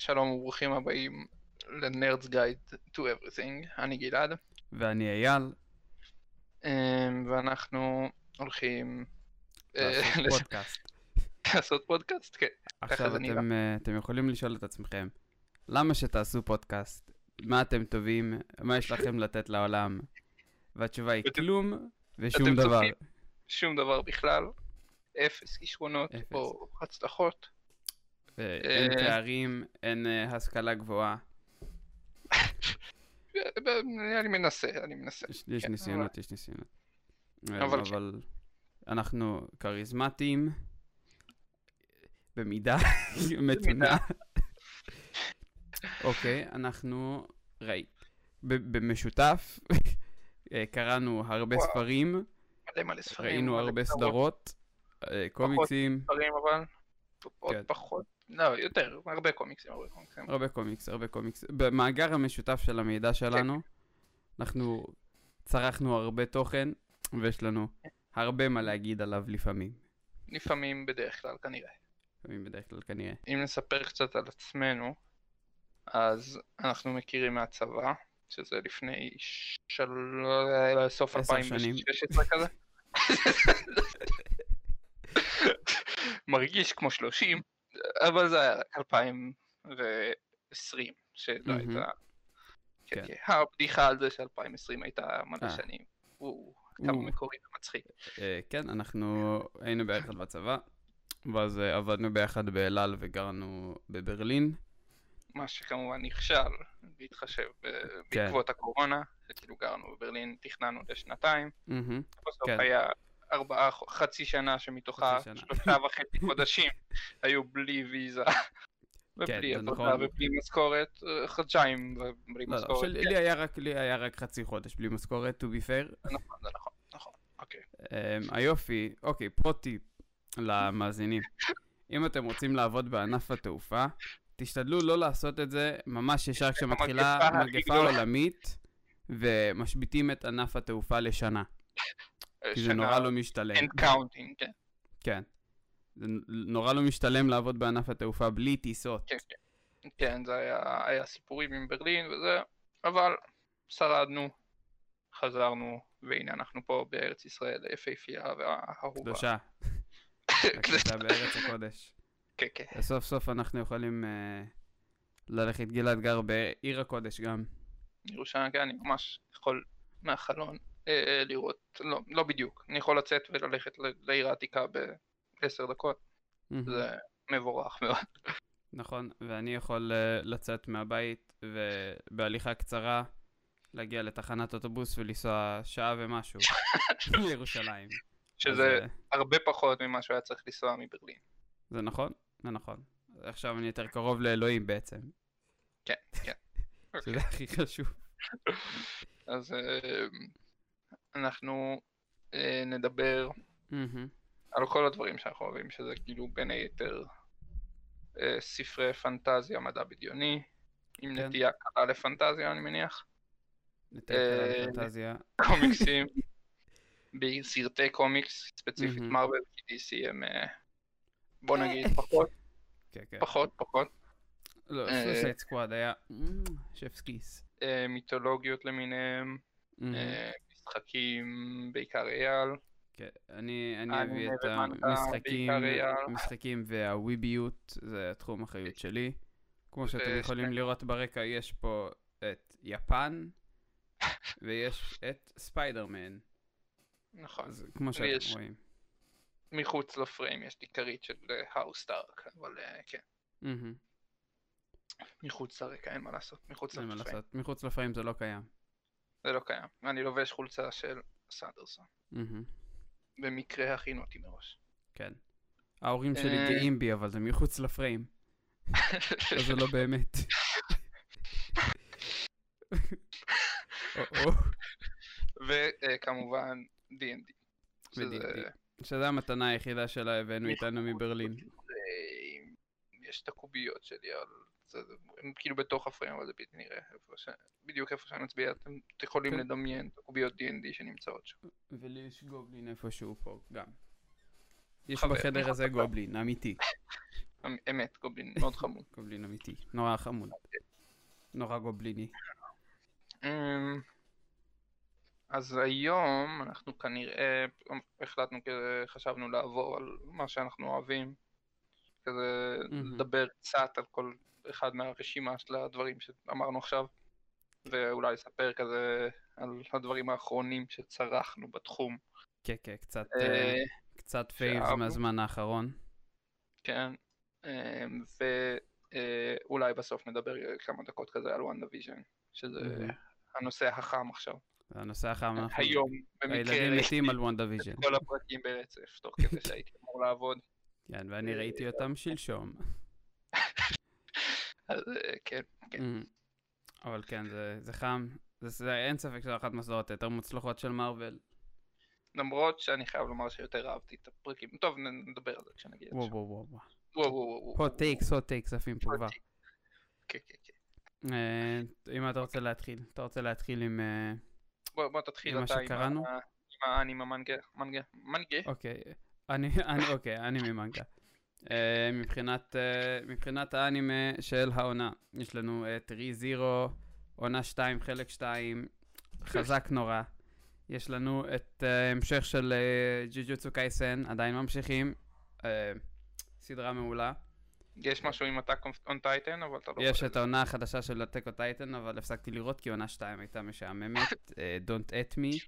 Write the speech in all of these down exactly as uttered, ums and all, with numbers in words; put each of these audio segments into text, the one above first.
שלום וברוכים הבאים ל-Nerds Guide to Everything, אני גלעד. ואני אייל. ואנחנו הולכים לעשות פודקאסט. לעשות פודקאסט, כן. עכשיו אתם, אתם יכולים לשאול את עצמכם, למה שתעשו פודקאסט? מה אתם טובים? מה יש לכם לתת לעולם? והתשובה היא כלום ושום דבר. שום דבר בכלל, אפס כישרונות או הצלחות. אין תארים, אין השכלה גבוהה. אני מנסה, אני מנסה. יש ניסיונות, יש ניסיונות. אבל אנחנו כריזמטיים, במידה מתונה. אוקיי, אנחנו ראי. במשותף קראנו הרבה ספרים, ראינו הרבה סדרות, קומיקסים. ספרים אבל, עוד פחות. לא, יותר, הרבה קומיקסים, הרבה קומיקסים. הרבה קומיקס, הרבה קומיקס. במאגר המשותף של המידע שלנו, אנחנו צרכנו הרבה תוכן, ויש לנו הרבה מה להגיד עליו לפעמים. לפעמים בדרך כלל, כנראה. לפעמים בדרך כלל, כנראה. אם נספר קצת על עצמנו, אז אנחנו מכירים מהצבא, שזה לפני של... סוף אלפיים ושש עשרה כזה. מרגיש כמו שלושים. אבל זה היה רק אלפיים ועשרים, שלא הייתה... הבדיחה על זה ש-אלפיים ועשרים הייתה מלא שנים. הוא כמה מקורי ומצחיק. כן, אנחנו היינו ביחד בצבא, ואז עבדנו ביחד באלעל וגרנו בברלין. מה שכמובן נכשל, להתחשב בעקבות הקורונה, כאילו גרנו בברלין, תכננו לשנתיים. בסוף היה ארבעה, חצי שנה שמתוכה שלושה וחצי חודשים היו בלי ויזה ובלי עבודה ובלי משכורת, חודשיים בלי משכורת. לי היה רק חצי חודש בלי משכורת, to be fair. נכון, זה נכון, נכון, אוקיי. היופי, אוקיי, פרוטיפ למאזינים. אם אתם רוצים לעבוד בענף התעופה, תשתדלו לא לעשות את זה ממש ישר כשמתחילה מגפה עולמית ומשביתים את ענף התעופה לשנה. כי זה נורא לא משתלם. אין קאונטינג, כן. כן. זה נורא לא משתלם לעבוד בענף התעופה בלי טיסות. כן, כן. כן, זה היה, היה סיפורים עם ברלין וזה, אבל שרדנו, חזרנו, והנה אנחנו פה בארץ ישראל, יפהפייה והאהובה. קדושה. הקדושה בארץ הקודש. כן, כן. וסוף סוף אנחנו יכולים ללכת גלעד גר בעיר הקודש גם. ירושלים, כן, אני ממש יכול מהחלון. לראות, לא, לא בדיוק, אני יכול לצאת וללכת לעיר העתיקה בעשר דקות, זה מבורך מאוד. נכון, ואני יכול לצאת מהבית ובהליכה קצרה להגיע לתחנת אוטובוס ולנסוע שעה ומשהו לירושלים. שזה הרבה פחות ממה שהוא היה צריך לנסוע מברלין. זה נכון, זה נכון. עכשיו אני יותר קרוב לאלוהים בעצם. כן, כן. שזה הכי חשוב. אז... אנחנו אה, נדבר mm-hmm. על כל הדברים שאנחנו אוהבים, שזה כאילו בין היתר אה, ספרי פנטזיה, מדע בדיוני, עם כן. נטייה קלה לפנטזיה, אני מניח. נטייה קלה אה, לפנטזיה. קומיקסים, בסרטי קומיקס, ספציפית מרוול, כי די סי הם, אה, בוא נגיד, פחות, כן, כן. פחות, פחות. לא, סוסייד סקוואד היה שפס כיס. אה, מיתולוגיות למיניהם, mm-hmm. אה, משחקים בעיקר אייל. כן, אני אני אביא את המשחקים, המשחקים והוויביות, זה תחום אחריות שלי. כמו שאתם יכולים לראות ברקע, יש פה את יפן, ויש את ספיידרמן. נכון. אז כמו שאתם רואים. מחוץ לפריים יש לי כרית של האוס סטארק, אבל כן. מחוץ לרקע, אין מה לעשות. מחוץ לפריים. מחוץ לפריים זה לא קיים. זה לא קיים. אני לובש חולצה של סנדרסון. במקרה הכינו אותי מראש. כן. ההורים שלי גאים בי, אבל זה מחוץ לפריים. אז זה לא באמת. וכמובן די אנד די. שזה המתנה היחידה שלה הבאנו איתנו מברלין. יש את הקוביות שלי על... הם כאילו בתוך הפריים, אבל זה בלתי נראה, בדיוק איפה שאני מצביע, אתם יכולים לדמיין את הקוביות די אנד די שנמצאות שם. ולי יש גובלין איפשהו פה גם. יש בחדר הזה גובלין, אמיתי. אמת, גובלין מאוד חמוד. גובלין אמיתי, נורא חמוד. נורא גובליני. אז היום אנחנו כנראה החלטנו כזה, חשבנו לעבור על מה שאנחנו אוהבים, כזה לדבר קצת על כל אחד מהרשימה של הדברים שאמרנו עכשיו, ואולי לספר כזה על הדברים האחרונים שצרכנו בתחום. כן, כן, קצת, קצת פייבס מהזמן האחרון. כן, ואולי בסוף נדבר כמה דקות כזה על WandaVision, שזה הנושא החם עכשיו. הנושא החם, היום, הילדים מתים על WandaVision. כל הפרקים ברצף, תוך כדי שהייתי אמור לעבוד. כן, ואני ראיתי אותם שלשום. אז כן, כן. אבל כן, זה חם. אין ספק שזה אחת מהסדרות יותר מוצלחות של מארוול. למרות שאני חייב לומר שיותר אהבתי את הפרקים. טוב, נדבר על זה כשנגיע לשם. וואו וואו וואו. וואו וואו וואו. hot takes, hot takes, עפים פה כבר. כן, כן, כן. אם אתה רוצה להתחיל, אתה רוצה להתחיל עם... בוא תתחיל אתה עם האנימה מנגה. מנגה? אוקיי, אוקיי, אנימה מנגה. מבחינת, מבחינת האנימה של העונה, יש לנו את רי-זירו, עונה שתיים, חלק שתיים, חזק נורא. יש לנו את המשך של ג'יג'וטסו קייסן, עדיין ממשיכים, סדרה מעולה. יש משהו עם Attack on Titan, אבל אתה לא... יש את העונה החדשה של Attack on Titan, אבל הפסקתי לראות כי עונה שתיים הייתה משעממת. Don't at me.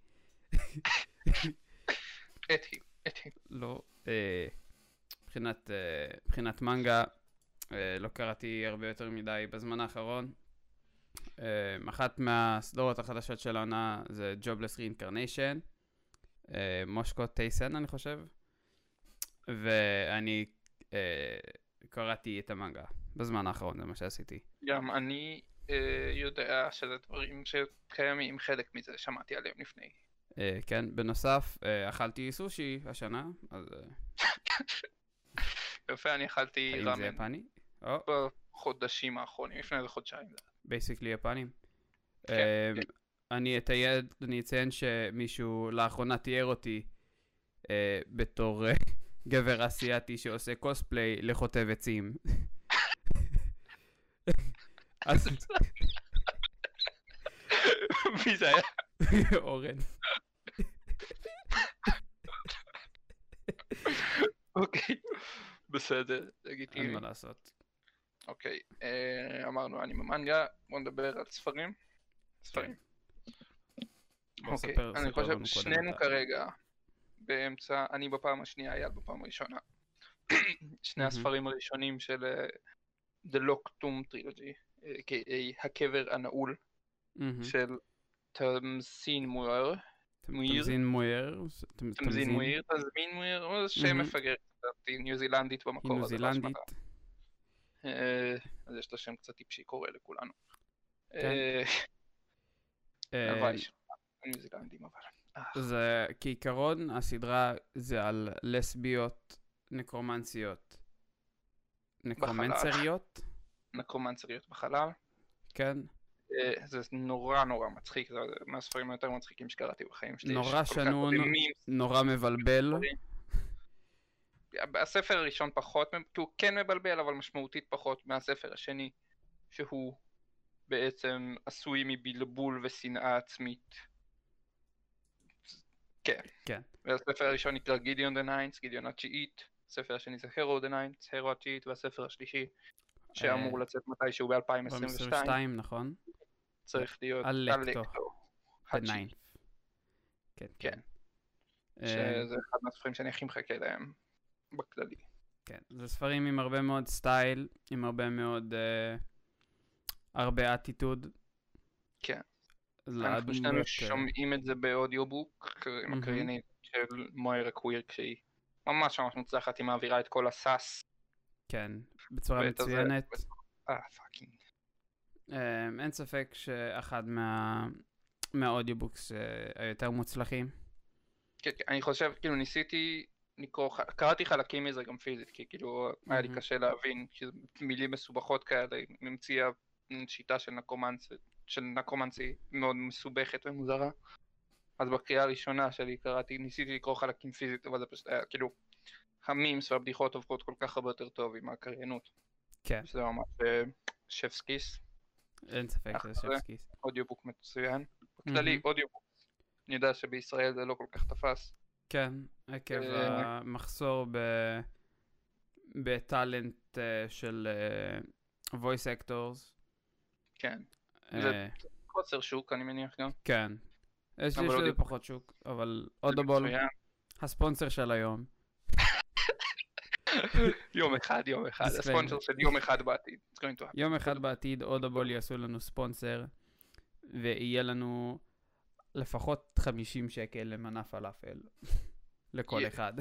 את היא, את היא. לא. מבחינת, מבחינת מנגה, לא קראתי הרבה יותר מדי בזמן האחרון. אחת מהסדרות החדשות של העונה זה Jobless Reincarnation. מושקו טייסן אני חושב. ואני קראתי את המנגה בזמן האחרון, זה מה שעשיתי. גם אני יודע שזה דברים שקיימים, חלק מזה שמעתי עליהם לפני. כן, בנוסף, אכלתי סושי השנה, אז... יפה, אני אכלתי רמן. האם זה יפני? בחודשים האחרונים, לפני איזה חודשיים. בייסיקלי יפנים. אני אתייד, אני אציין שמישהו לאחרונה תיאר אותי בתור גבר אסיאתי שעושה קוספליי לחוטב עצים. מי זה היה? אורן. אוקיי, בסדר, לגיטימי. אין מה לעשות. אוקיי, אמרנו אני ממנגה, בוא נדבר על ספרים. ספרים. אוקיי, אני חושב שנינו כרגע באמצע, אני בפעם השנייה, אייל בפעם הראשונה. שני הספרים הראשונים של The Locked Tomb Trilogy, הקבר הנעול, של תמזין מויר. תמזין מויר. תמזין מויר, תזמין מויר, זה שם מפגר, ניו זילנדית במקור. ניו זילנדית. אז יש לה שם קצת טיפשי קורא לכולנו. אבל ניו זילנדים אבל. זה כעיקרון הסדרה זה על לסביות נקרומנסיות. נקרומנסריות? נקרומנסריות בחלל. כן. זה נורא נורא מצחיק, זה מהספרים היותר מצחיקים שקראתי בחיים שלי. נורא שנון, נורא מבלבל. הספר הראשון פחות, כי הוא כן מבלבל, אבל משמעותית פחות מהספר השני, שהוא בעצם עשוי מבלבול ושנאה עצמית. כן. כן. והספר הראשון נקרא גידיון דה ניינס, גידיון התשיעית, הספר השני זה הרו דה ניינס, הרו התשיעית, והספר השלישי, שאמור לצאת מתישהו ב-אלפיים עשרים ושתיים. נכון. צריך להיות אלקטו. התשיעית. כן. כן. שזה אחד מהספרים שאני הכי מחכה להם בכללי. כן, זה ספרים עם הרבה מאוד סטייל, עם הרבה מאוד, הרבה אטיטוד. כן. אנחנו שנינו שומעים את זה באודיובוק, עם הקריינית של מוירה קוויר, כשהיא ממש ממש מוצלחת, היא מעבירה את כל הסאס. כן, בצורה מצוינת. אה, פאקינג. אין ספק שאחד מהאודיובוקס היותר מוצלחים. כן, אני חושב, כאילו ניסיתי לקרוא, קראתי חלקים מזה גם פיזית, כי כאילו היה לי קשה להבין, כי מילים מסובכות כאלה, ממציאה שיטה של נקרומנסי, של נקרומנסי מאוד מסובכת ומוזרה. אז בקריאה הראשונה שלי קראתי, ניסיתי לקרוא חלקים פיזית, אבל זה פשוט היה כאילו, המימס והבדיחות עוברות כל כך הרבה יותר טוב עם הקריינות. כן. שזה ממש שפסקיס. אין ספק שזה שפסקיס. אודיובוק מצוין. בכללי אודיובוק. אני יודע שבישראל זה לא כל כך תפס. כן, עקב המחסור בטלנט של voice actors. כן. זה חוסר שוק, אני מניח גם. כן. יש לזה פחות שוק, אבל אודיבול, הספונסר של היום. יום אחד, יום אחד. הספונסר של יום אחד בעתיד. יום אחד בעתיד, אודיבול יעשו לנו ספונסר, ויהיה לנו לפחות חמישים שקל למנה פלאפל. לכל אחד.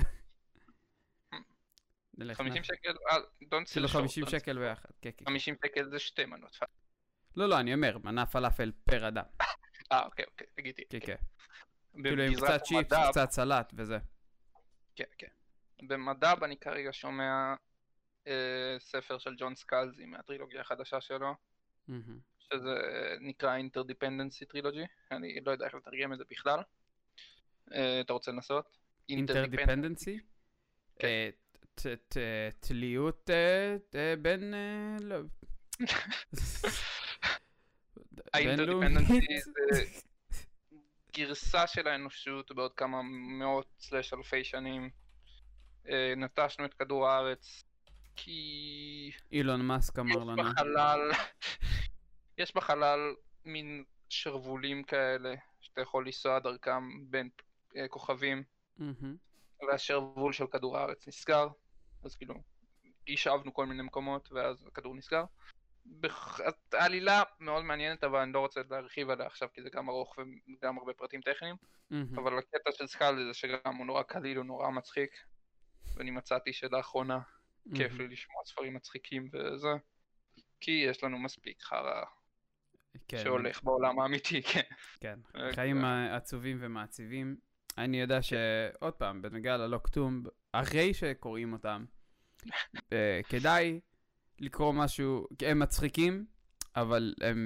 חמישים שקל? כאילו חמישים שקל ביחד. חמישים שקל זה שתי מנות. לא, לא, אני אומר, מנה פלאפל פר אדם. אה, אוקיי, אוקיי, תגידי. כן, כן. כאילו עם קצת צ'יפס, קצת סלט וזה. כן, כן. במדב אני כרגע שומע ספר של ג'ון סקלזי מהטרילוגיה החדשה שלו, שזה נקרא Interdependency Trilogy. אני לא יודע איך לתרגם את זה בכלל. אתה רוצה לנסות? Interdependency? כן. תליות בין... האינטרדיפנדנסי זה גרסה של האנושות בעוד כמה מאות סלש אלפי שנים. נטשנו את כדור הארץ כי... אילון מאסק אמר לנו. יש בחלל, יש בחלל מין שרבולים כאלה שאתה יכול לנסוע דרכם בין כוכבים, והשרבול של כדור הארץ נסגר, אז כאילו ישאבנו כל מיני מקומות ואז הכדור נסגר. העלילה מאוד מעניינת, אבל אני לא רוצה להרחיב עליה עכשיו כי זה גם ארוך וגם הרבה פרטים טכניים, אבל הקטע של סקאל זה שגם הוא נורא קליל, הוא נורא מצחיק, ואני מצאתי שלאחרונה כיף לי לשמוע ספרים מצחיקים וזה, כי יש לנו מספיק חרא שהולך בעולם האמיתי. כן, חיים עצובים ומעציבים. אני יודע שעוד פעם, בנוגע ללוקטום, אחרי שקוראים אותם, כדאי לקרוא משהו, הם מצחיקים, אבל הם,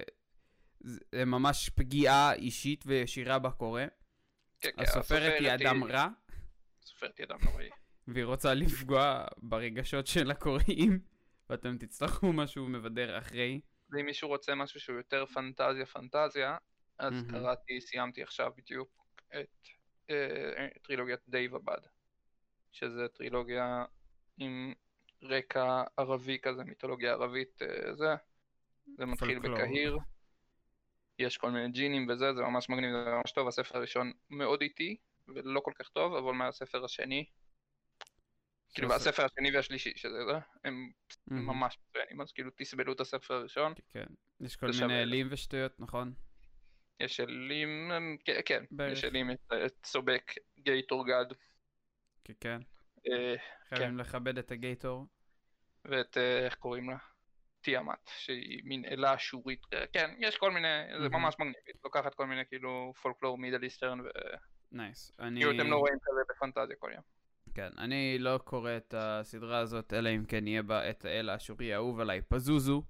הם ממש פגיעה אישית וישירה בקורא. הסופרת היא אדם רע. הסופרת היא אדם נוראי. והיא רוצה לפגוע ברגשות של הקוראים, ואתם תצטרכו משהו מבדר אחרי. ואם מישהו רוצה משהו שהוא יותר פנטזיה, פנטזיה, אז קראתי, סיימתי עכשיו בדיוק את טרילוגיית דייבבד, שזה טרילוגיה עם רקע ערבי כזה, מיתולוגיה ערבית, זה, זה מתחיל בקהיר, יש כל מיני ג'ינים וזה, זה ממש מגניב, זה ממש טוב. הספר הראשון מאוד איטי, ולא כל כך טוב, אבל מהספר השני, כאילו הספר השני והשלישי, שזה זה, הם ממש מצוינים, אז כאילו תסבלו את הספר הראשון. כן, יש כל מיני אלים ושטויות, נכון? יש אלים, כן, יש אלים, את סובק, גייטור גד. כן, כן. חייבים לכבד את הגייטור. ואת, איך קוראים לה? תיאמת, שהיא מין אלה אשורית. כן, יש כל מיני, זה ממש מגניבית. לוקחת כל מיני כאילו פולקלור מידל איסטרן ו... נייס. כאילו אתם לא רואים כזה בפנטזיה כל יום. כן, אני לא קורא את הסדרה הזאת, אלא אם כן יהיה בה את האל האשורי האהוב עליי, פזוזו.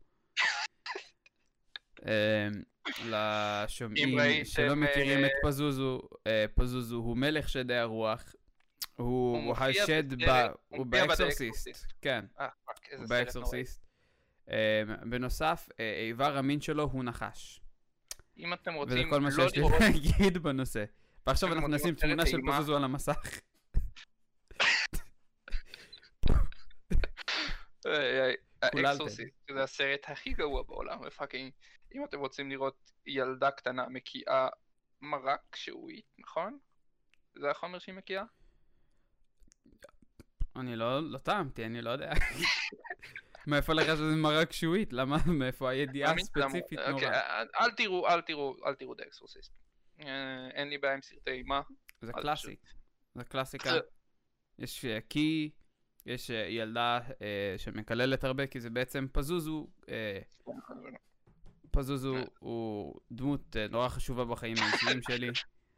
לשומעים שלא מכירים את פזוזו, פזוזו הוא מלך שדי הרוח. הוא השד, הוא באקסורסיסט, כן, הוא באקסורסיסט. בנוסף, איבר המין שלו הוא נחש. אם אתם רוצים, וזה כל מה שיש לי להגיד בנושא. ועכשיו אנחנו נשים תמונה של פזוזו על המסך. האקסורסיסט, זה הסרט הכי גרוע בעולם, ופאקינג, אם אתם רוצים לראות ילדה קטנה מקיאה מרק שעועית, נכון? זה החומר שהיא מקיאה? אני לא, לא טעמתי, אני לא יודע. מאיפה לך שזה מרק שעועית? למה? מאיפה הידיעה הספציפית נורא? אל תראו, אל תראו, אל תראו דה אקסורסיסט. אין לי בעיה עם סרטי אימה. זה קלאסיק. זה קלאסיקה. יש קי, יש ילדה שמקללת הרבה, כי זה בעצם פזוזו. פזוזו הוא דמות נורא חשובה בחיים האישיים שלי.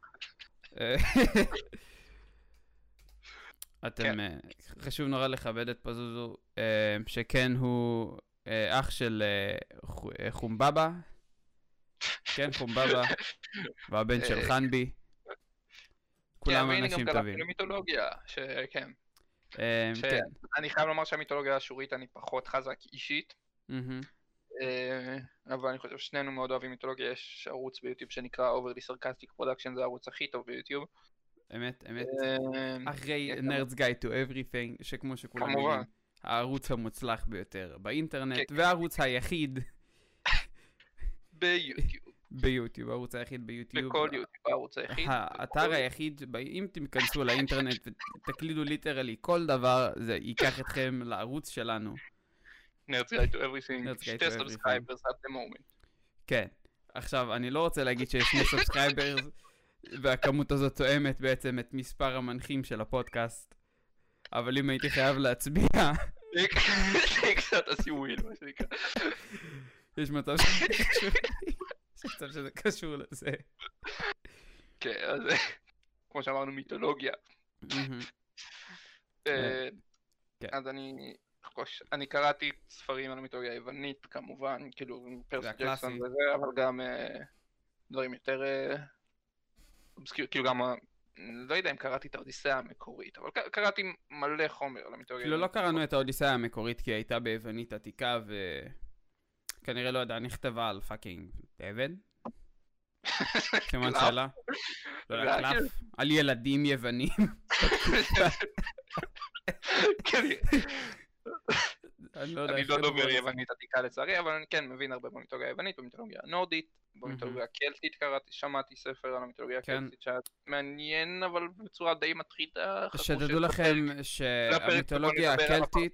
אתם, חשוב נורא לכבד את פזוזו, שכן הוא אח של חומבבא, כן, חומבבא, והבן של חנבי, כולם אנשים טובים. כן, מיתולוגיה, שכן. אני חייב לומר שהמיתולוגיה האשורית אני פחות חזק אישית, אבל אני חושב ששנינו מאוד אוהבים מיתולוגיה. יש ערוץ ביוטיוב שנקרא Overly Sarcastic Production, זה הערוץ הכי טוב ביוטיוב. אמת, אמת. אחרי Nerds Guide to Everything, שכמו שכולם יודעים, הערוץ המוצלח ביותר באינטרנט, והערוץ היחיד ביוטיוב. ביוטיוב, הערוץ היחיד ביוטיוב. בכל יוטיוב, הערוץ היחיד. האתר היחיד, אם תיכנסו לאינטרנט ותקלידו ליטרלי כל דבר, זה ייקח אתכם לערוץ שלנו. Nerds Guide to Everything, שתי סאבסקרייברס at the moment. כן. עכשיו, אני לא רוצה להגיד שיש שני סאבסקרייברס, והכמות הזאת תואמת בעצם את מספר המנחים של הפודקאסט. אבל אם הייתי חייב להצביע... זה קצת הסיוויל, מה שנקרא. יש מצב שזה קשור... יש מצב שזה קשור לזה. כן, אז כמו שאמרנו, מיתולוגיה. אז אני... אני קראתי ספרים על המיתולוגיה היוונית, כמובן, כאילו פרסי ג'קסון וזה, אבל גם דברים יותר... כאילו גם... לא יודע אם קראתי את האודיסאה המקורית, אבל קראתי מלא חומר על המיתולוגיה. כאילו לא קראנו את האודיסאה המקורית כי היא הייתה ביוונית עתיקה וכנראה לא יודע, נכתבה על פאקינג אבן? כמובן שאלה? לא יודע, קלף? על ילדים יוונים? אני לא דובר יוונית עתיקה לצערי, אבל אני כן מבין הרבה במיתולוגיה היוונית, במיתולוגיה הנורדית, במיתולוגיה הקלטית קראתי, שמעתי ספר על המיתולוגיה הקלטית שהיה מעניין, אבל בצורה די מטרידה. שתדעו לכם שהמיתולוגיה הקלטית...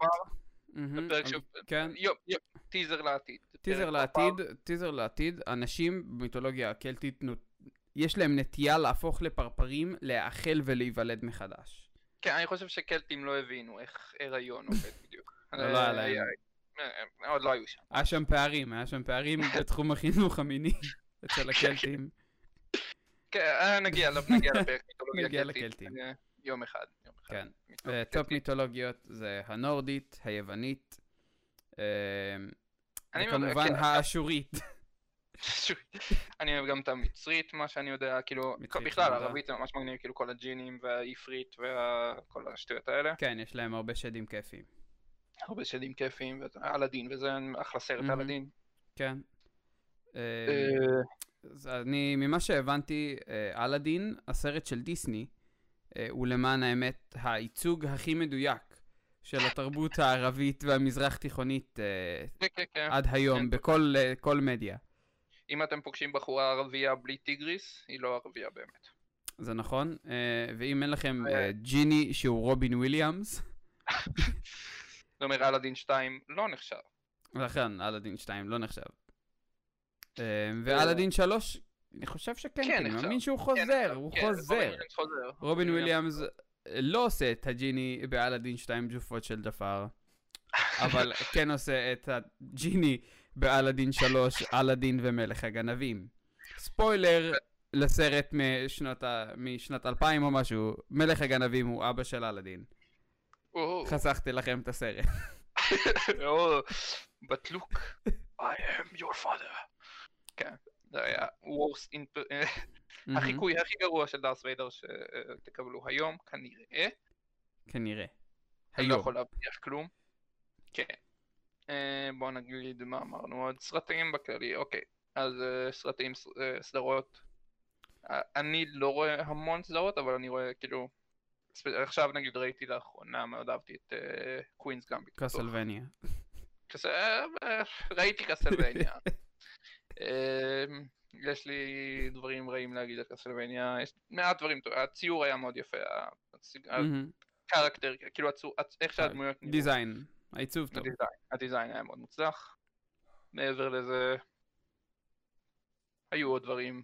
טיזר לעתיד. טיזר לעתיד, טיזר לעתיד, אנשים במיתולוגיה הקלטית יש להם נטייה להפוך לפרפרים, להאכל ולהיוולד מחדש. כן, אני חושב שקלטים לא הבינו איך הריון עובד בדיוק. לא היה להם. עוד לא היו שם. היה שם פערים, היה שם פערים בתחום החינוך המיני אצל הקלטים. כן, נגיע לפרק מיתולוגיה קלטית. יום אחד. כן. טופ מיתולוגיות זה הנורדית, היוונית, וכמובן האשורית. אני אוהב גם את המצרית, מה שאני יודע, כאילו, בכלל, ערבית זה ממש מגניב, כאילו כל הג'ינים והעברית וכל השטויות האלה. כן, יש להם הרבה שדים כיפים. הרבה שדים כיפים, אלאדין, וזה אחלה סרט אלאדין. כן. אני, ממה שהבנתי, אלאדין, הסרט של דיסני, הוא למען האמת הייצוג הכי מדויק של התרבות הערבית והמזרח תיכונית עד היום, בכל מדיה. אם אתם פוגשים בחורה ערבייה בלי טיגריס, היא לא ערבייה באמת. זה נכון, ואם אין לכם ג'יני שהוא רובין וויליאמס, זאת אומרת, אלאדין שתיים לא נחשב. לכן, אלאדין שתיים לא נחשב. ואלאדין שלוש, אני חושב שכן, אני מאמין שהוא חוזר, הוא חוזר. רובין וויליאמס לא עושה את הג'יני באלאדין שתיים ג'ופות של דפר, אבל כן עושה את הג'יני באלאדין שלוש, אלאדין ומלך הגנבים. ספוילר לסרט משנת אלפיים או משהו, מלך הגנבים הוא אבא של אלאדין. חסכתי לכם את הסרט. But look, I am your father. כן, זה היה worst החיקוי הכי גרוע של דארס ויידר שתקבלו היום, כנראה. כנראה. אני לא יכול להבטיח כלום. כן. בואו נגיד מה אמרנו עוד. סרטים בכללי, אוקיי. אז סרטים, סדרות. אני לא רואה המון סדרות, אבל אני רואה כאילו... עכשיו נגיד ראיתי לאחרונה, מאוד אהבתי את קווינס גמביט. קסלווניה. ראיתי קסלווניה. יש לי דברים רעים להגיד על קסלווניה, יש מעט דברים טובים, הציור היה מאוד יפה, הקרקטר, כאילו איך שהדמויות נראו. דיזיין, העיצוב טוב. הדיזיין היה מאוד מוצלח, מעבר לזה, היו עוד דברים,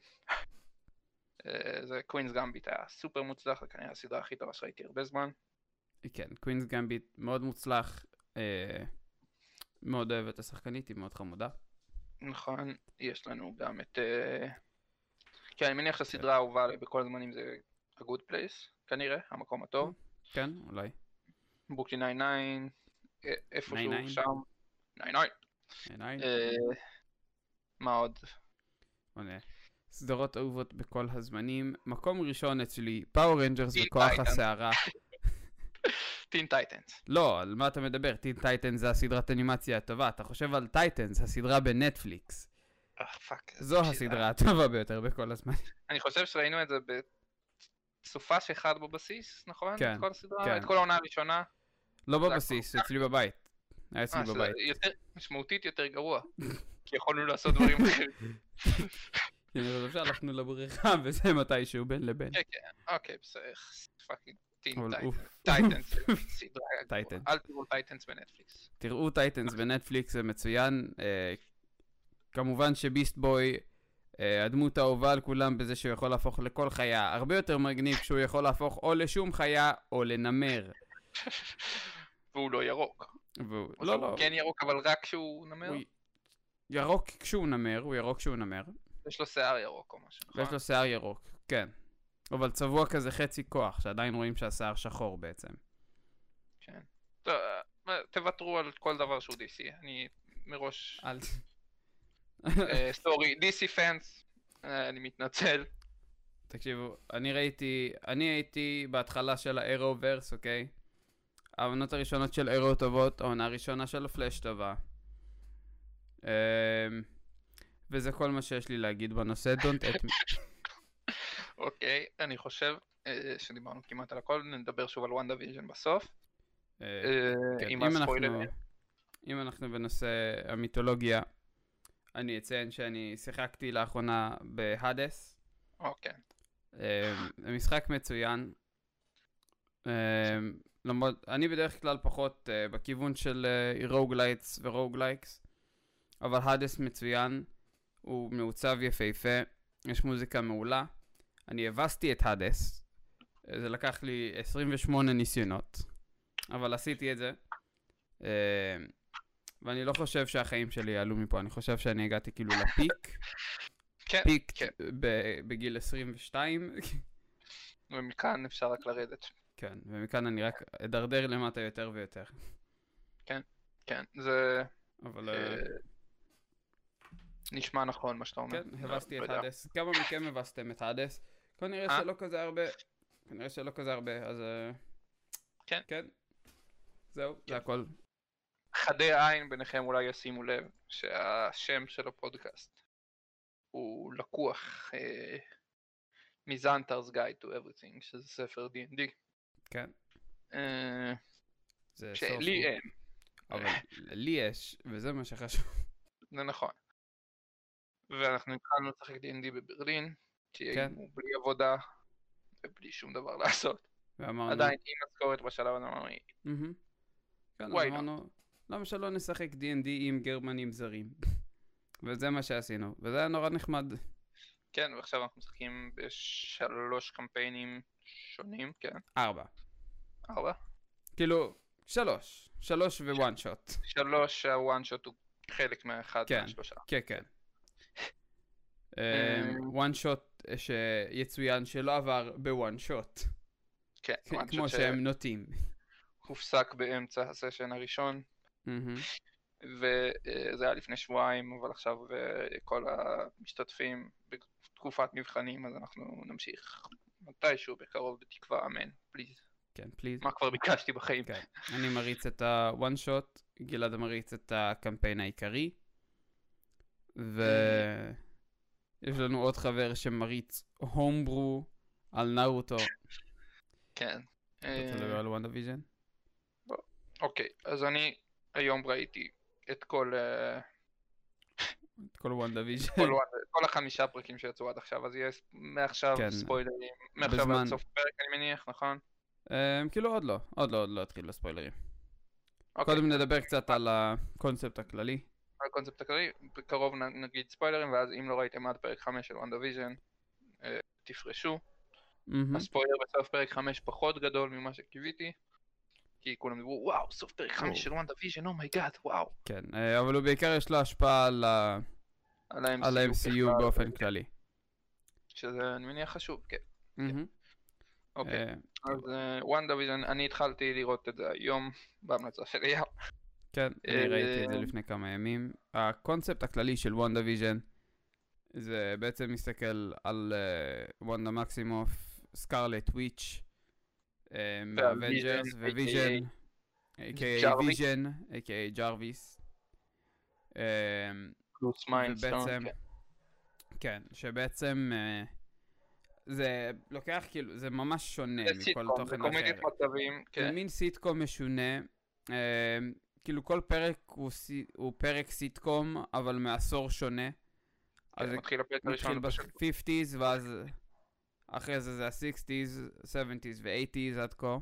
זה קווינס גמביט היה סופר מוצלח, זה כנראה הסדרה הכי טובה שראיתי הרבה זמן. כן, קווינס גמביט מאוד מוצלח, מאוד אוהב את השחקנית, היא מאוד חמודה. נכון, יש לנו גם את... כן, אני מניח שהסדרה האהובה בכל הזמנים זה A Good Place, כנראה, המקום הטוב. כן, אולי. ברוקלין ניין ניין, איפשהו שם. ניין ניין. מה עוד? סדרות אהובות בכל הזמנים. מקום ראשון אצלי, פאור רנג'רס וכוח הסערה. טין טייטנס. לא, על מה אתה מדבר? טין טייטנס זה הסדרת אנימציה הטובה. אתה חושב על טייטנס, הסדרה בנטפליקס. פאק. זו הסדרה הטובה ביותר בכל הזמן. אני חושב שראינו את זה בסופש אחד בבסיס, נכון? כן. את כל הסדרה, את כל העונה הראשונה. לא בבסיס, אצלי בבית. היה אצלי בבית. משמעותית יותר גרוע. כי יכולנו לעשות דברים אחרים. כן, אבל אפשר הלכנו לבריכה וזה מתישהו בין לבין. כן, כן, אוקיי, בסדר. פאקינג טין טייטנס. טייטנס. אל תראו טייטנס בנטפליקס. תראו טייטנס בנטפליקס, זה מצוין. כמובן שביסט בוי, הדמות האהובה על כולם בזה שהוא יכול להפוך לכל חיה. הרבה יותר מגניב כשהוא יכול להפוך או לשום חיה או לנמר. והוא לא ירוק. לא, לא. כן ירוק, אבל רק כשהוא נמר? ירוק כשהוא נמר, הוא ירוק כשהוא נמר. יש לו שיער ירוק או משהו, נכון? יש לו שיער ירוק, כן. אבל צבוע כזה חצי כוח, שעדיין רואים שהשיער שחור בעצם. כן. תוותרו על כל דבר שהוא די סי, אני מראש... אל... סטורי, די סי פאנס, אני מתנצל. תקשיבו, אני ראיתי, אני הייתי בהתחלה של האירו-ורס, אוקיי? העונות הראשונות של אירו טובות, העונה הראשונה של הפלאש טובה. וזה כל מה שיש לי להגיד בנושא, don't at me. אוקיי, אני חושב שדיברנו כמעט על הכל, נדבר שוב על וונדה ויז'ן בסוף. עם הספוילרים. אם אנחנו בנושא המיתולוגיה, אני אציין שאני שיחקתי לאחרונה בהאדס. אוקיי. זה משחק מצוין. למרות, אני בדרך כלל פחות בכיוון של רוגלייטס ורוגלייקס, אבל האדס מצוין, הוא מעוצב יפהפה, יש מוזיקה מעולה. אני הבסתי את האדס, זה לקח לי עשרים ושמונה ניסיונות, אבל עשיתי את זה. ואני לא חושב שהחיים שלי יעלו מפה, אני חושב שאני הגעתי כאילו לפיק. כן, פיק כן. בגיל עשרים ושתיים. ומכאן אפשר רק לרדת. כן, ומכאן אני רק אדרדר למטה יותר ויותר. כן, כן, זה... אבל... נשמע נכון מה שאתה אומר. כן, הבסתי את האדס. כמה מכם הבסתם את האדס? כנראה שלא כזה הרבה. כנראה שלא כזה הרבה, אז... כן. כן. זהו, זה הכל. חדי העין ביניכם אולי ישימו לב שהשם של הפודקאסט הוא לקוח מזנטרס Guide to Everything, שזה ספר די אנד די. כן. שלי אין. אבל לי יש, וזה מה שחשוב. זה נכון. ואנחנו התחלנו לשחק די אנד די בברלין, כי היינו בלי עבודה ובלי שום דבר לעשות. עדיין עם משכורת בשלב הזה אמרנו, כן, אמרנו, למה שלא נשחק די אנד די עם גרמנים זרים? וזה מה שעשינו, וזה היה נורא נחמד. כן, ועכשיו אנחנו משחקים בשלוש קמפיינים שונים, כן? ארבע. ארבע? כאילו, שלוש. שלוש ווואן שוט. שלוש, הוואן שוט הוא חלק מהאחד מהשלושה. כן, כן. וואן שוט שיצוין שלא עבר בוואן שוט. כן, כמו שהם נוטים. הופסק באמצע הסשן הראשון, וזה היה לפני שבועיים, אבל עכשיו כל המשתתפים בתקופת מבחנים, אז אנחנו נמשיך מתישהו בקרוב בתקווה, אמן, פליז. כן, פליז. מה כבר ביקשתי בחיים. כן, אני מריץ את הוואן שוט, גלעד מריץ את הקמפיין העיקרי, ויש לנו עוד חבר שמריץ הומברו על נארוטו. כן. אתה רוצה לדבר על וונדה ויז'ן? אוקיי, אז אני היום ראיתי את כל... את כל וונדה ויז'ן. כל החמישה פרקים שיצאו עד עכשיו, אז יש מעכשיו ספוילרים. מעכשיו עד סוף פרק אני מניח, נכון? כאילו עוד לא, עוד לא, עוד לא התחיל לספוילרים. קודם נדבר קצת על הקונספט הכללי. על הקונספט הכללי, בקרוב נגיד ספוילרים, ואז אם לא ראיתם עד פרק חמש של וונדה ויז'ן, תפרשו. הספוילר בסוף פרק חמש פחות גדול ממה שקיוויתי, כי כולם דיברו, וואו, סוף פרק חמש של וונדה ויז'ן, אומייגאד, וואו. כן, אבל הוא בעיקר יש לו השפעה על ה-אם סי יו באופן כללי. שזה אני מניח חשוב, כן. אוקיי, אז וונדה ויז'ן, אני התחלתי לראות את זה היום בהמלצה של אייל. כן, אני ראיתי את זה לפני כמה ימים. הקונספט הכללי של וונדה ויז'ן, זה בעצם מסתכל על וונדה מקסימוף, סקארלט וויץ', מהאבנג'רס, וויז'ן, איי קיי איי ויז'ן, איי קיי איי ג'רוויס. פלוס מיינדסטון, כן, שבעצם זה לוקח כאילו, זה ממש שונה מכל תוכן אחר. זה קומדיית מצבים, כן. זה מין סיטקום משונה, כאילו כל פרק הוא פרק סיטקום, אבל מעשור שונה. אז זה מתחיל הפרק הראשון. מתחיל ב-חמישים ואז אחרי זה זה ה-שישים, שבעים ו-שמונים עד כה.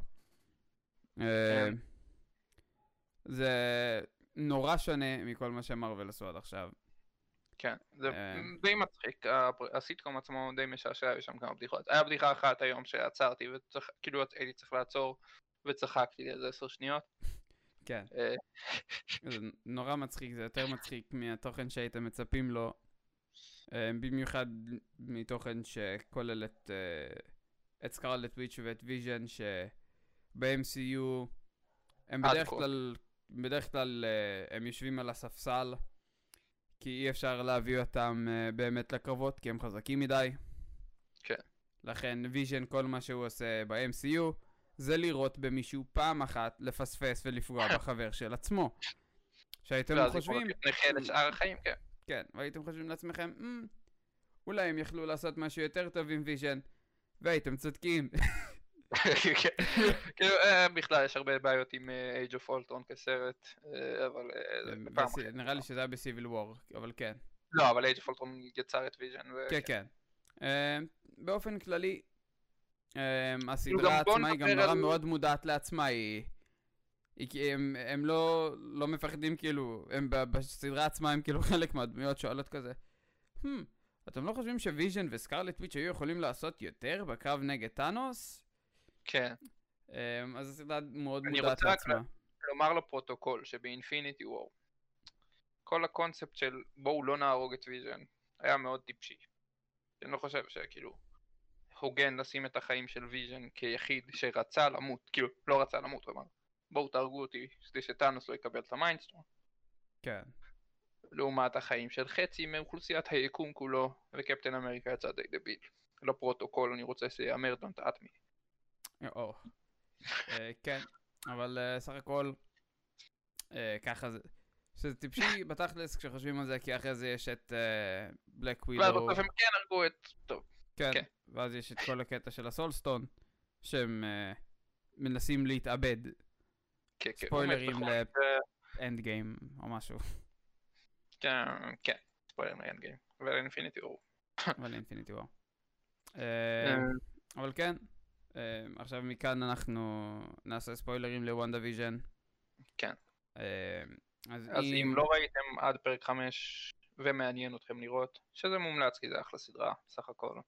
זה נורא שונה מכל מה שמרוול עשו עד עכשיו. כן, זה די מצחיק, הסיטקום עצמו די משעשע, יש שם כמה בדיחות. היה בדיחה אחת היום שעצרתי, וכאילו הייתי צריך לעצור, וצחקתי לאיזה עשר שניות. כן, זה נורא מצחיק, זה יותר מצחיק מהתוכן שהייתם מצפים לו, במיוחד מתוכן שכולל את סקרלט וויץ' ואת ויז'ן, שב-אם סי יו הם בדרך כלל, בדרך כלל הם יושבים על הספסל, כי אי אפשר להביא אותם באמת לקרבות, כי הם חזקים מדי. כן. לכן ויז'ן, כל מה שהוא עושה ב-אם סי יו, זה לראות במישהו פעם אחת לפספס ולפגוע בחבר של עצמו. שהייתם חושבים... נחיה לשאר החיים, כן. כן, והייתם חושבים לעצמכם, אולי הם יכלו לעשות משהו יותר טוב עם ויז'ן, והייתם צודקים. כאילו, בכלל יש הרבה בעיות עם Age of Ultron כסרט, אבל... נראה לי שזה היה בסיביל וור, אבל כן. לא, אבל Age of Ultron יצר את ויז'ן. כן, כן. באופן כללי, הסדרה עצמה היא גם נורא מאוד מודעת לעצמה, הם לא מפחדים כאילו, בסדרה עצמה הם כאילו חלק מהדמויות שואלות כזה, אתם לא חושבים שוויז'ן וסקרלט וויץ' היו יכולים לעשות יותר בקרב נגד טאנוס? כן. אז הסדרה מאוד מודעת לעצמה. אני רוצה רק לומר לפרוטוקול שבאינפיניטי וור, כל הקונספט של בואו לא נהרוג את ויז'ן היה מאוד טיפשי. אני לא חושב שכאילו הוגן לשים את החיים של ויז'ן כיחיד שרצה למות, כאילו לא רצה למות, הוא אמר בואו תהרגו אותי כדי שטאנוס לא יקבל את המיינדסטון. כן. לעומת החיים של חצי מאוכלוסיית היקום כולו, וקפטן אמריקה יצא די דביל. לא פרוטוקול, אני רוצה שיאמר don't at me. או, כן, אבל סך הכל ככה זה, שזה טיפשי בתכלס כשחושבים על זה, כי אחרי זה יש את בלק ווידו. ואז בסוף הם כן הרגו את, טוב. כן, ואז יש את כל הקטע של הסולסטון, שהם מנסים להתאבד. ספוילרים לאנד גיים או משהו. כן, כן, ספוילרים לאנד גיים, ולאינפיניטי וור. ולאינפיניטי וור. אבל כן, עכשיו מכאן אנחנו נעשה ספוילרים לוונדה ויז'ן. כן. אז אם לא ראיתם עד פרק חמש ומעניין אתכם לראות, שזה מומלץ כי זה אחלה סדרה, סך הכל.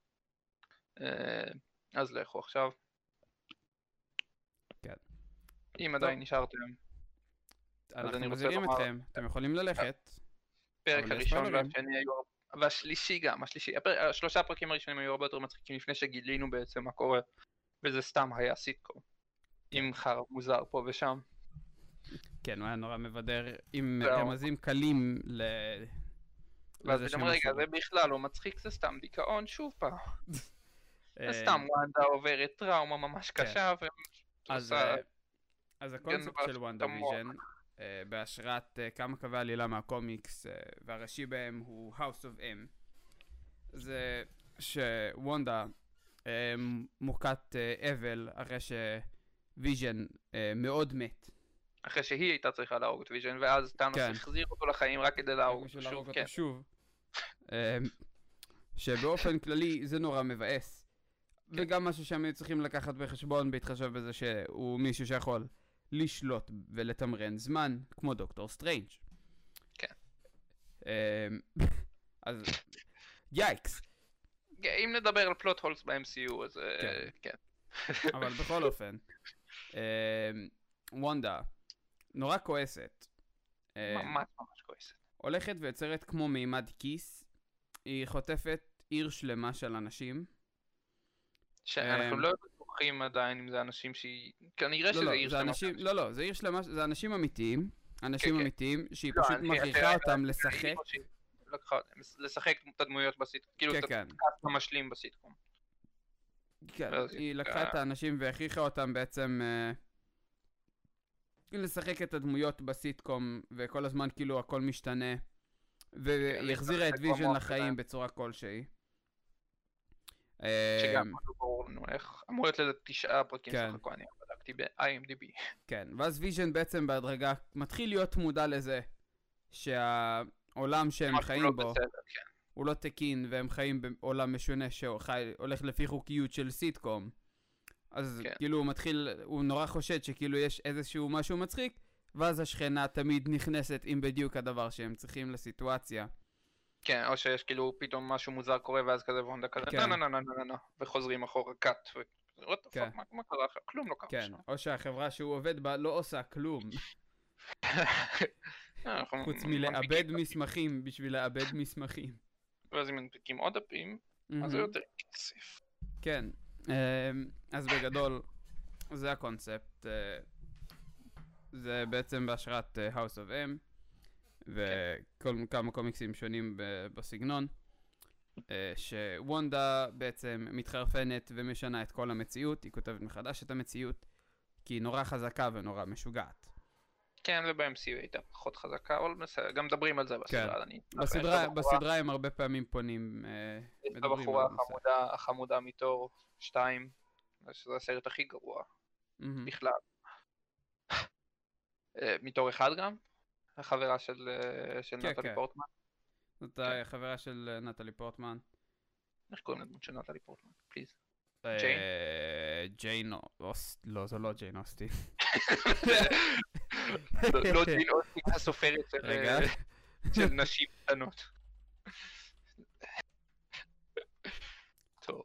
אז לכו עכשיו. כן. אם עדיין נשארתם. אנחנו מזהירים אתכם, אתם יכולים ללכת. פרק הראשון והשני היו, והשלישי גם, השלישי, השלושה הפרקים הראשונים היו הרבה יותר מצחיקים לפני שגילינו בעצם מה קורה, וזה סתם היה סיטקום, עם חרב מוזר פה ושם. כן, הוא היה נורא מבדר עם רמזים קלים ל... ואז גם רגע, זה בכלל לא מצחיק, זה סתם דיכאון שוב פעם. זה סתם וונדה עוברת טראומה ממש קשה. אז הקונספט של וונדה ויז'ן, בהשראת כמה קווי עלילה מהקומיקס, והראשי בהם הוא House of M, זה שוונדה מוכת אבל אחרי שוויז'ן מאוד מת. אחרי שהיא הייתה צריכה להרוג את ויז'ן, ואז טאנוס החזיר אותו לחיים רק כדי להרוג אותו שוב. שבאופן כללי זה נורא מבאס. וגם משהו שהם היו צריכים לקחת בחשבון בהתחשב בזה שהוא מישהו שיכול לשלוט ולתמרן זמן, כמו דוקטור סטרנג'. כן. אז יאיקס. אם נדבר על פלוט הולס ב-אם סי יו, אז כן. אבל בכל אופן, וונדה נורא כועסת. ממש ממש כועסת. הולכת ויוצרת כמו מימד כיס, היא חוטפת עיר שלמה של אנשים. שאנחנו לא בטוחים עדיין אם זה אנשים שהיא... כנראה שזה עיר שלמה. לא, לא, זה עיר שלמה, זה אנשים אמיתיים, אנשים אמיתיים שהיא פשוט מכריחה אותם לשחק. לשחק את הדמויות בסיטקום, כאילו את הקאסט המשלים בסיטקום. כן, היא לקחה את האנשים והכריחה אותם בעצם לשחק את הדמויות בסיטקום, וכל הזמן כאילו הכל משתנה, והיא החזירה את ויז'ן לחיים בצורה כלשהי. שגם לא ברור לנו איך, אמור להיות לזה תשעה פרקים סך הכל, אני בדקתי ב-איי אם די בי. כן, ואז ויז'ן בעצם בהדרגה מתחיל להיות מודע לזה שהעולם שהם חיים בו הוא לא תקין, והם חיים בעולם משונה שהולך לפי חוקיות של סיטקום. אז כאילו הוא מתחיל, הוא נורא חושד שכאילו יש איזשהו משהו מצחיק, ואז השכנה תמיד נכנסת עם בדיוק הדבר שהם צריכים לסיטואציה. כן, או שיש כאילו פתאום משהו מוזר קורה, ואז כזה וונדה כזה, נה נה נה נה נה נה, וחוזרים אחורה קאט, וwhat the fuck, מה קרה אחר? כלום לא קרה. כן, או שהחברה שהוא עובד בה לא עושה כלום. חוץ מלאבד מסמכים בשביל לאבד מסמכים. ואז אם מנפיקים עוד דפים, אז זה יותר כסף. כן, אז בגדול, זה הקונספט. זה בעצם בהשראת House of M, וכמה קומיקסים שונים בסגנון, שוונדה בעצם מתחרפנת ומשנה את כל המציאות, היא כותבת מחדש את המציאות, כי היא נורא חזקה ונורא משוגעת. כן, וב-אם סי יו הייתה פחות חזקה, אבל בסדר, גם מדברים על זה בסדרה. בסדרה הם הרבה פעמים פונים, מדברים על זה. הבחורה החמודה מתור שתיים, שזה הסרט הכי גרוע בכלל. מתור אחד גם, החברה של נטלי פורטמן. זאת החברה של נטלי פורטמן. איך קוראים לדמות של נטלי פורטמן? פליז. ג'יין? ג'יין אוסטין. לא, זו לא ג'יין אוסטין. לא ג'יין אוסטין, הסופרת של נשים קטנות. טוב.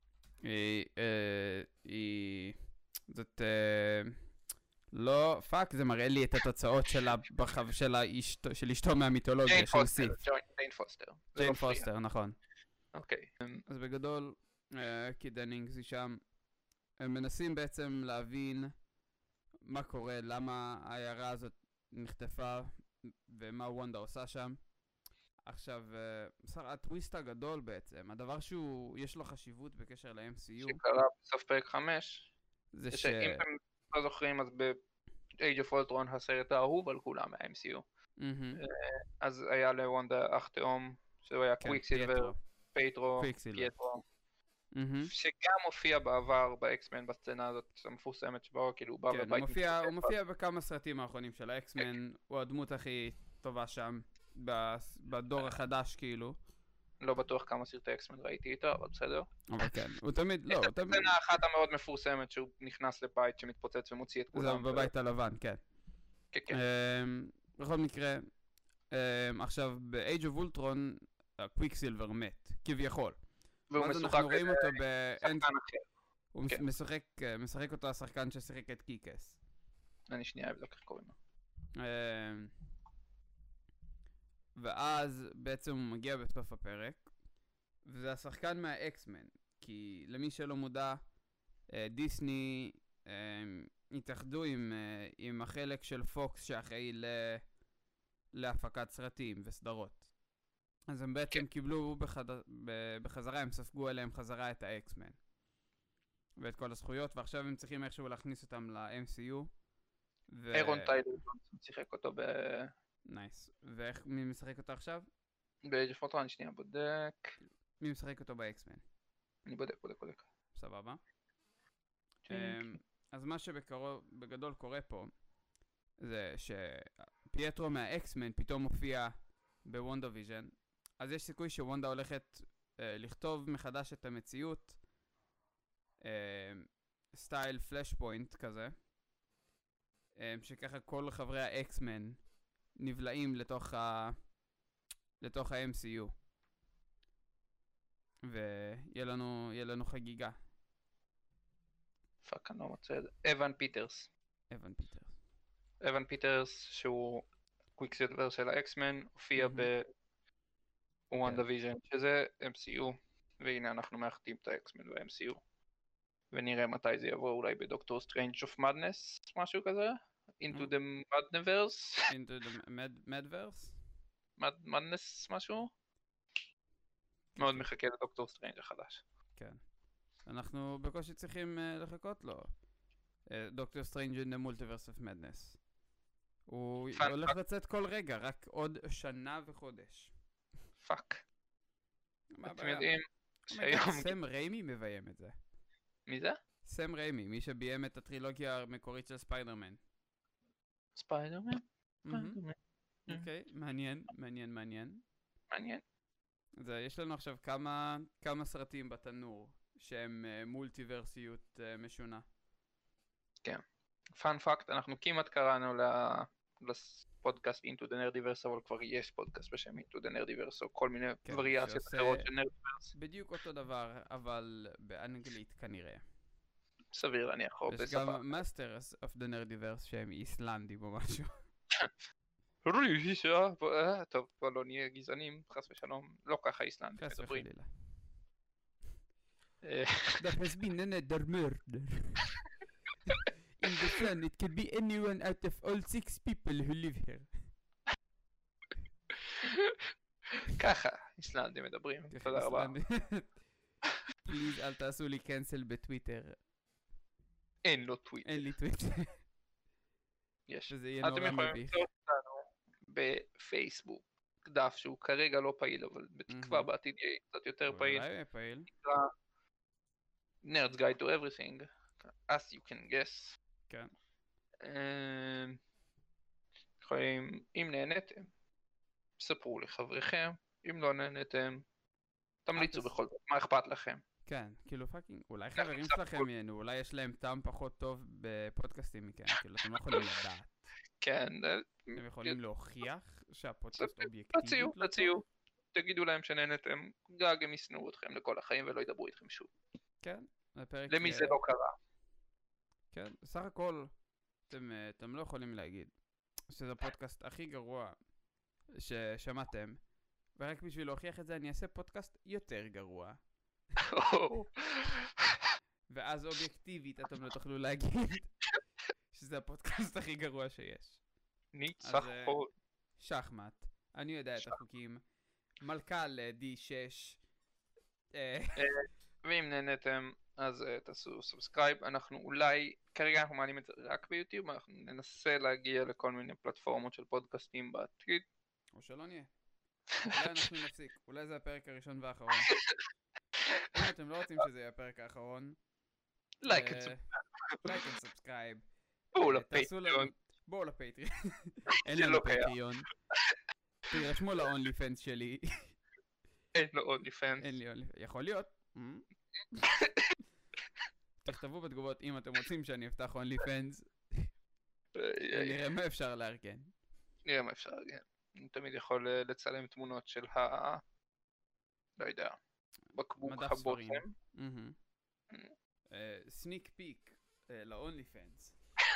היא... זאת... לא, פאק, זה מראה לי את התוצאות של אשתו מהמיתולוגיה, של סיף. ג'יין פוסטר. ג'יין פוסטר, נכון. אוקיי. אז בגדול, קיד דנינגס היא שם, הם מנסים בעצם להבין מה קורה, למה העיירה הזאת נחטפה, ומה וונדה עושה שם. עכשיו, הטוויסט הגדול בעצם, הדבר שהוא, יש לו חשיבות בקשר ל-אם סי יו. שקרה בסוף פרק חמש, זה שאם אתם לא זוכרים, אז ב-Age of Ultron הסרט האהוב על כולם מה-אם סי יו. אז היה לוונדה אח תאום, שהוא היה קוויקסילבר, פייטרו, פייטרו, שגם הופיע בעבר באקסמן בסצנה הזאת המפורסמת שבו, כאילו הוא בא בבית. הוא מופיע בכמה סרטים האחרונים של האקסמן, הוא הדמות הכי טובה שם, בדור החדש כאילו. לא בטוח כמה סרטי אקסמן ראיתי איתו, אבל בסדר. אבל כן, הוא תמיד, לא, הוא תמיד... את הסצנה אחת המאוד מפורסמת שהוא נכנס לבית שמתפוצץ ומוציא את כולם. זה בבית הלבן, כן. כן, כן. בכל מקרה, עכשיו, ב-Age of Ultron, קוויקסילבר מת, כביכול. והוא משוחק לשחקן אחר. הוא משחק אותו השחקן ששיחק את קיקס. אני שנייה אבדוק איך קוראים לו. ואז בעצם הוא מגיע בסוף הפרק, וזה השחקן מהאקסמן, כי למי שלא מודע, דיסני התאחדו עם, עם החלק של פוקס שאחראי להפקת סרטים וסדרות. אז הם בעצם קיבלו בחד... בחזרה, הם ספגו אליהם חזרה את האקסמן. ואת כל הזכויות, ועכשיו הם צריכים איכשהו להכניס אותם ל-אם סי יו. ו... אירון טיילר שיחק אותו ב... נייס. ואיך, מי משחק אותו עכשיו? ב-Age of Ultron, אני שנייה בודק. מי משחק אותו באקסמן? אני בודק, בודק, בודק. סבבה. אז מה שבקרוב, בגדול קורה פה, זה שפייטרו מהאקסמן פתאום מופיע בוונדה ויז'ן, אז יש סיכוי שוונדה הולכת אה, לכתוב מחדש את המציאות, אה, סטייל פלאש פוינט כזה, אה, שככה כל חברי האקסמן נבלעים לתוך ה... לתוך ה-אם סי יו. ויהיה לנו, יהיה לנו חגיגה. פאק, אני לא מוצא את זה. אבן פיטרס. אבן פיטרס. אבן פיטרס, שהוא קוויקסילבר של האקסמן, הופיע בוונדה ויז'ן, שזה אם סי יו, והנה אנחנו מאחדים את האקסמן ב-אם סי יו. ונראה מתי זה יבוא, אולי בדוקטור סטרנג' אוף מדנס, משהו כזה? Into the Madverse? Into the Madverse? מדנס משהו? מאוד מחכה לדוקטור סטרנג' החדש. כן. אנחנו בקושי צריכים uh, לחכות לו. דוקטור סטרנג' אין דה מולטיברס אוף מדנס. הוא הולך לצאת כל רגע, רק עוד שנה וחודש. פאק. אתם יודעים שהיום... סם ריימי מביים את זה. מי זה? סם ריימי, מי שביים את הטרילוגיה המקורית של ספיידרמן. ספיידרמן? אוקיי, מעניין, מעניין, מעניין. מעניין. אז יש לנו עכשיו כמה, כמה סרטים בתנור שהם uh, מולטיברסיות uh, משונה. כן. פאנ פאקט, אנחנו כמעט קראנו לפודקאסט Into the Nerdiverse, אבל כבר יש פודקאסט בשם Into the Nerdiverse, או כל מיני כן, וריאציות אחרות של Nerdiverse. בדיוק אותו דבר, אבל באנגלית כנראה. סביר להניח, או בשפה. יש גם Masters of the Nerdiverse שהם איסלנדים או משהו. רישה, טוב, בוא לא נהיה גזענים, חס ושלום, לא ככה איסלנדים מדברים. חס וחלילה. There has been another murder. In the sun, it could be anyone out of all six people who live here. ככה, איסלנדים מדברים, תודה רבה. פליז, אל תעשו לי קנסל בטוויטר. אין לו טוויטר. אין לי טוויטר. יש. וזה יהיה נורא מביך. בפייסבוק, דף שהוא כרגע לא פעיל, אבל בתקווה בעתיד יהיה קצת יותר פעיל. אולי יהיה פעיל. Nerds Guide to Everything, as you can guess. כן. יכולים, אם נהנתם, ספרו לחבריכם, אם לא נהנתם, תמליצו בכל זאת, מה אכפת לכם? כן, כאילו פאקינג, אולי חברים שלכם ייהנו, אולי יש להם טעם פחות טוב בפודקאסטים מכם, כאילו אתם לא יכולים לדעת. כן. אתם יכולים להוכיח שהפודקאסט אובייקטיבית? תציעו, תציעו. תגידו להם שנהנתם, גג הם ישנאו אתכם לכל החיים ולא ידברו איתכם שוב. כן, לפרק... למי זה לא קרה? כן, בסך הכל, אתם, אתם לא יכולים להגיד שזה הפודקאסט הכי גרוע ששמעתם, ורק בשביל להוכיח את זה אני אעשה פודקאסט יותר גרוע. ואז אובייקטיבית אתם לא תוכלו להגיד שזה הפודקאסט הכי גרוע שיש. ניצחון. שחמט, אני יודע את החוקים. מלכה ל-די שש. ואם נהנתם, אז תעשו סאבסקרייב. אנחנו אולי, כרגע אנחנו מעלים את זה רק ביוטיוב, אנחנו ננסה להגיע לכל מיני פלטפורמות של פודקאסטים בעתיד. או שלא נהיה. אולי אנחנו נפסיק. אולי זה הפרק הראשון והאחרון. אם אתם לא רוצים שזה יהיה הפרק האחרון, לייק וסאבסקרייב. בואו לפטריון. בואו לפטריון. אין לנו פטריון. תירשמו לאונלי פנס שלי. אין לו אונלי פנס. אין לי אונלי פנס. יכול להיות. תכתבו בתגובות אם אתם רוצים שאני אפתח אונלי פנס. נראה מה אפשר לארגן. נראה מה אפשר לארגן. אני תמיד יכול לצלם תמונות של ה... לא יודע. בקבוק הבושם. סניק פיק לאונלי פנס.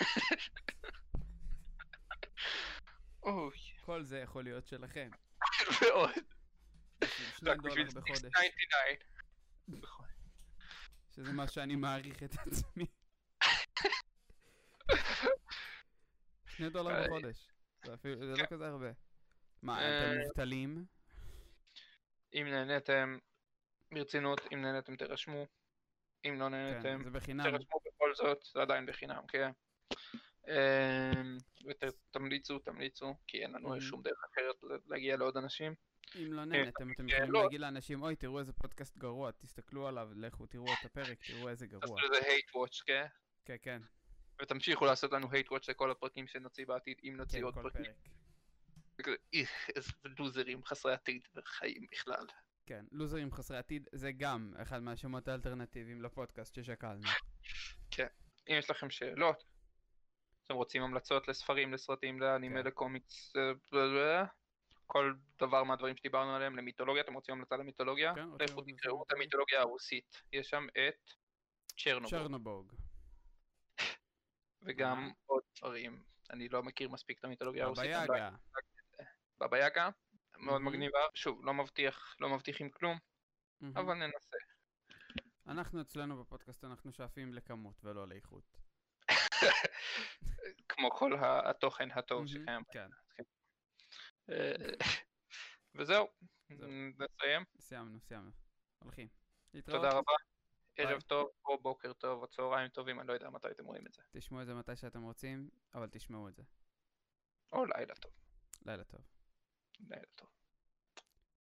כל זה יכול להיות שלכם. מאוד. שניים דולר בחודש. שזה מה שאני מעריך את עצמי. שני דולר בחודש. זה לא כזה הרבה. מה, אתם מובטלים? אם נהנתם, ברצינות, אם נהנתם תרשמו. אם לא נהנתם, תרשמו בכל זאת, זה עדיין בחינם, כן. ותמליצו, תמליצו, כי אין לנו שום דרך אחרת להגיע לעוד אנשים. אם לא נהנתם, אתם יכולים להגיד לאנשים, אוי, תראו איזה פודקאסט גרוע, תסתכלו עליו, לכו, תראו את הפרק, תראו איזה גרוע. תעשו איזה hate watch, כן? כן, כן. ותמשיכו לעשות לנו hate watch לכל הפרקים שנוציא בעתיד, אם נוציא עוד פרקים. איזה לוזרים חסרי עתיד וחיים בכלל. כן, לוזרים חסרי עתיד זה גם אחד מהשמות האלטרנטיביים לפודקאסט ששקלנו. כן, אם יש לכם שאלות, אתם רוצים המלצות לספרים, לסרטים, לאנימה, לקומיקס, כל דבר מהדברים שדיברנו עליהם, למיתולוגיה, אתם רוצים המלצה למיתולוגיה? לכו תקראו את המיתולוגיה הרוסית, יש שם את צ'רנובוג. וגם עוד דברים, אני לא מכיר מספיק את המיתולוגיה הרוסית. בבא יגה. בבא יגה, מאוד מגניבה, שוב, לא מבטיח, לא מבטיחים כלום, אבל ננסה. אנחנו אצלנו בפודקאסט, אנחנו שואפים לכמות ולא לאיכות. כמו כל התוכן הטוב שקיים. כן. וזהו, נסיים. סיימנו, סיימנו. הולכים. תודה רבה. ערב טוב, או בוקר טוב, או צהריים טובים, אני לא יודע מתי אתם רואים את זה. תשמעו את זה מתי שאתם רוצים, אבל תשמעו את זה. או לילה טוב. לילה טוב.